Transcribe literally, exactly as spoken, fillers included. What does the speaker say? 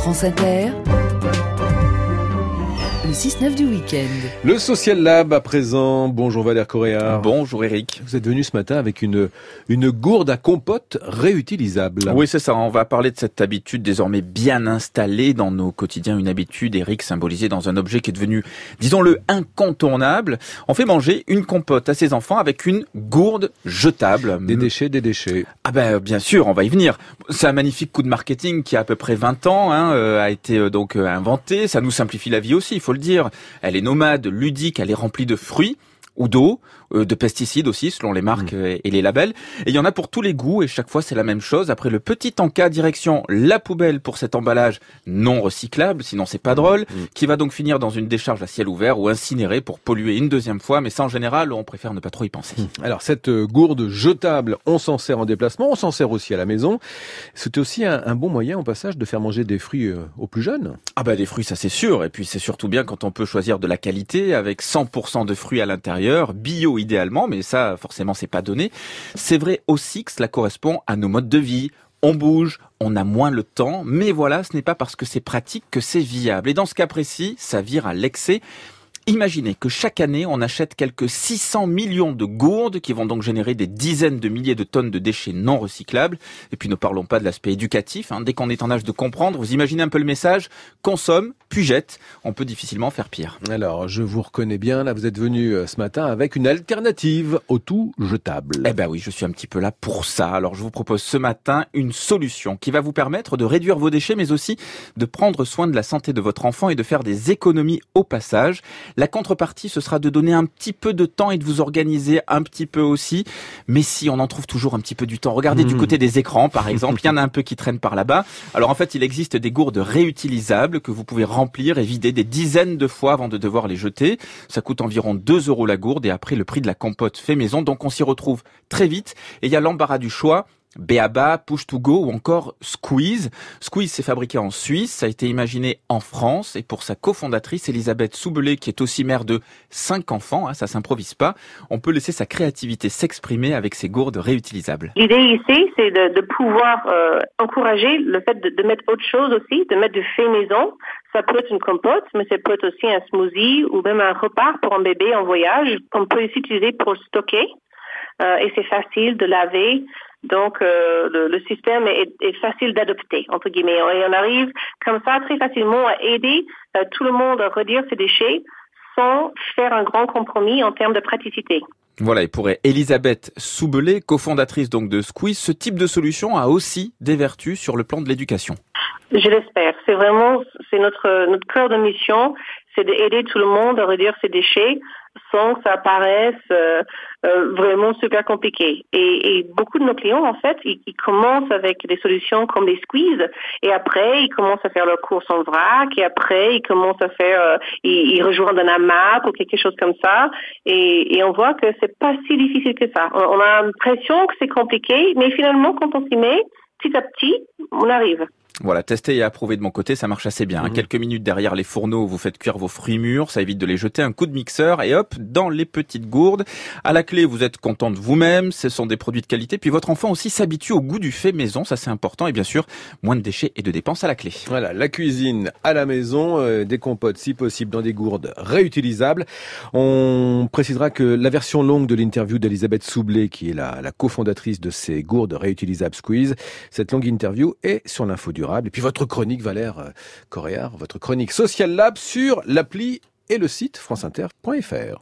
France Inter, le six neuf du week-end. Le Social Lab à présent. Bonjour Valère Correa. Bonjour Eric. Vous êtes venu ce matin avec une, une gourde à compote réutilisable. Oui, c'est ça. On va parler de cette habitude désormais bien installée dans nos quotidiens. Une habitude, Eric, symbolisée dans un objet qui est devenu, disons-le, incontournable. On fait manger une compote à ses enfants avec une gourde jetable. Des déchets, des déchets. Ah ben bien sûr, on va y venir. C'est un magnifique coup de marketing qui a à peu près vingt ans, hein, euh, a été euh, donc euh, inventé. Ça nous simplifie la vie aussi, il faut le dire. Elle est nomade, ludique, elle est remplie de fruits ou d'eau, euh, de pesticides aussi, selon les marques mmh. et les labels. Et il y en a pour tous les goûts, et chaque fois c'est la même chose. Après le petit encas, direction la poubelle pour cet emballage non recyclable, sinon c'est pas drôle, mmh. qui va donc finir dans une décharge à ciel ouvert ou incinéré pour polluer une deuxième fois, mais ça en général, on préfère ne pas trop y penser. Mmh. Alors cette gourde jetable, on s'en sert en déplacement, on s'en sert aussi à la maison. C'est aussi un, un bon moyen au passage de faire manger des fruits euh, aux plus jeunes. Ah bah des fruits, ça c'est sûr, et puis c'est surtout bien quand on peut choisir de la qualité, avec cent pour cent de fruits à l'intérieur, bio idéalement, mais ça forcément c'est pas donné. C'est vrai aussi que cela correspond à nos modes de vie. On bouge, on a moins le temps, mais voilà, ce n'est pas parce que c'est pratique que c'est viable. Et dans ce cas précis, ça vire à l'excès. Imaginez que chaque année, on achète quelques six cents millions de gourdes qui vont donc générer des dizaines de milliers de tonnes de déchets non recyclables. Et puis ne parlons pas de l'aspect éducatif. Hein. Dès qu'on est en âge de comprendre, vous imaginez un peu le message, consomme, puis jette. On peut difficilement faire pire. Alors, je vous reconnais bien, là, vous êtes venu ce matin avec une alternative au tout jetable. Eh ben oui, je suis un petit peu là pour ça. Alors, je vous propose ce matin une solution qui va vous permettre de réduire vos déchets, mais aussi de prendre soin de la santé de votre enfant et de faire des économies au passage. La contrepartie, ce sera de donner un petit peu de temps et de vous organiser un petit peu aussi. Mais si, on en trouve toujours un petit peu du temps. Regardez mmh. du côté des écrans, par exemple. Il y en a un peu qui traînent par là-bas. Alors en fait, il existe des gourdes réutilisables que vous pouvez remplir et vider des dizaines de fois avant de devoir les jeter. Ça coûte environ deux euros la gourde et après, le prix de la compote fait maison. Donc on s'y retrouve très vite. Et il y a l'embarras du choix. B A B A, Push to Go ou encore Squeeze. Squeeze, c'est fabriqué en Suisse, ça a été imaginé en France et pour sa cofondatrice Elisabeth Soubelé, qui est aussi mère de cinq enfants, hein, ça s'improvise pas, on peut laisser sa créativité s'exprimer avec ces gourdes réutilisables. L'idée ici, c'est de, de pouvoir euh, encourager le fait de, de mettre autre chose aussi, de mettre du fait maison. Ça peut être une compote, mais ça peut être aussi un smoothie ou même un repas pour un bébé en voyage qu'on peut aussi utiliser pour stocker euh, et c'est facile de laver. Donc, euh, le, le système est, est facile d'adopter, entre guillemets. Et on arrive comme ça très facilement à aider euh, tout le monde à réduire ses déchets sans faire un grand compromis en termes de praticité. Voilà, et pour Elisabeth Soubelé, cofondatrice donc de Squeeze, ce type de solution a aussi des vertus sur le plan de l'éducation. Je l'espère. C'est vraiment, c'est notre, notre cœur de mission, c'est d'aider tout le monde à réduire ses déchets sans que ça paraisse euh, euh, vraiment super compliqué. Et, et beaucoup de nos clients, en fait, ils, ils commencent avec des solutions comme des squeezes, et après, ils commencent à faire leur course en vrac, et après, ils commencent à faire, euh, ils, ils rejoignent un hamac ou quelque chose comme ça, et, et on voit que c'est pas si difficile que ça. On, on a l'impression que c'est compliqué, mais finalement, quand on s'y met, petit à petit, on arrive. Voilà, testé et approuvé de mon côté, ça marche assez bien. Mmh. Quelques minutes derrière les fourneaux, vous faites cuire vos fruits mûrs, ça évite de les jeter, un coup de mixeur et hop, dans les petites gourdes. À la clé, vous êtes content de vous-même, ce sont des produits de qualité, puis votre enfant aussi s'habitue au goût du fait maison, ça c'est important, et bien sûr, moins de déchets et de dépenses à la clé. Voilà, la cuisine à la maison, euh, des compotes si possible dans des gourdes réutilisables. On précisera que la version longue de l'interview d'Elisabeth Soubelé, qui est la, la cofondatrice de ces gourdes réutilisables Squeeze, cette longue interview est sur l'info durable. Et puis votre chronique, Valère Correa, votre chronique Social Lab sur l'appli et le site franceinter point f r.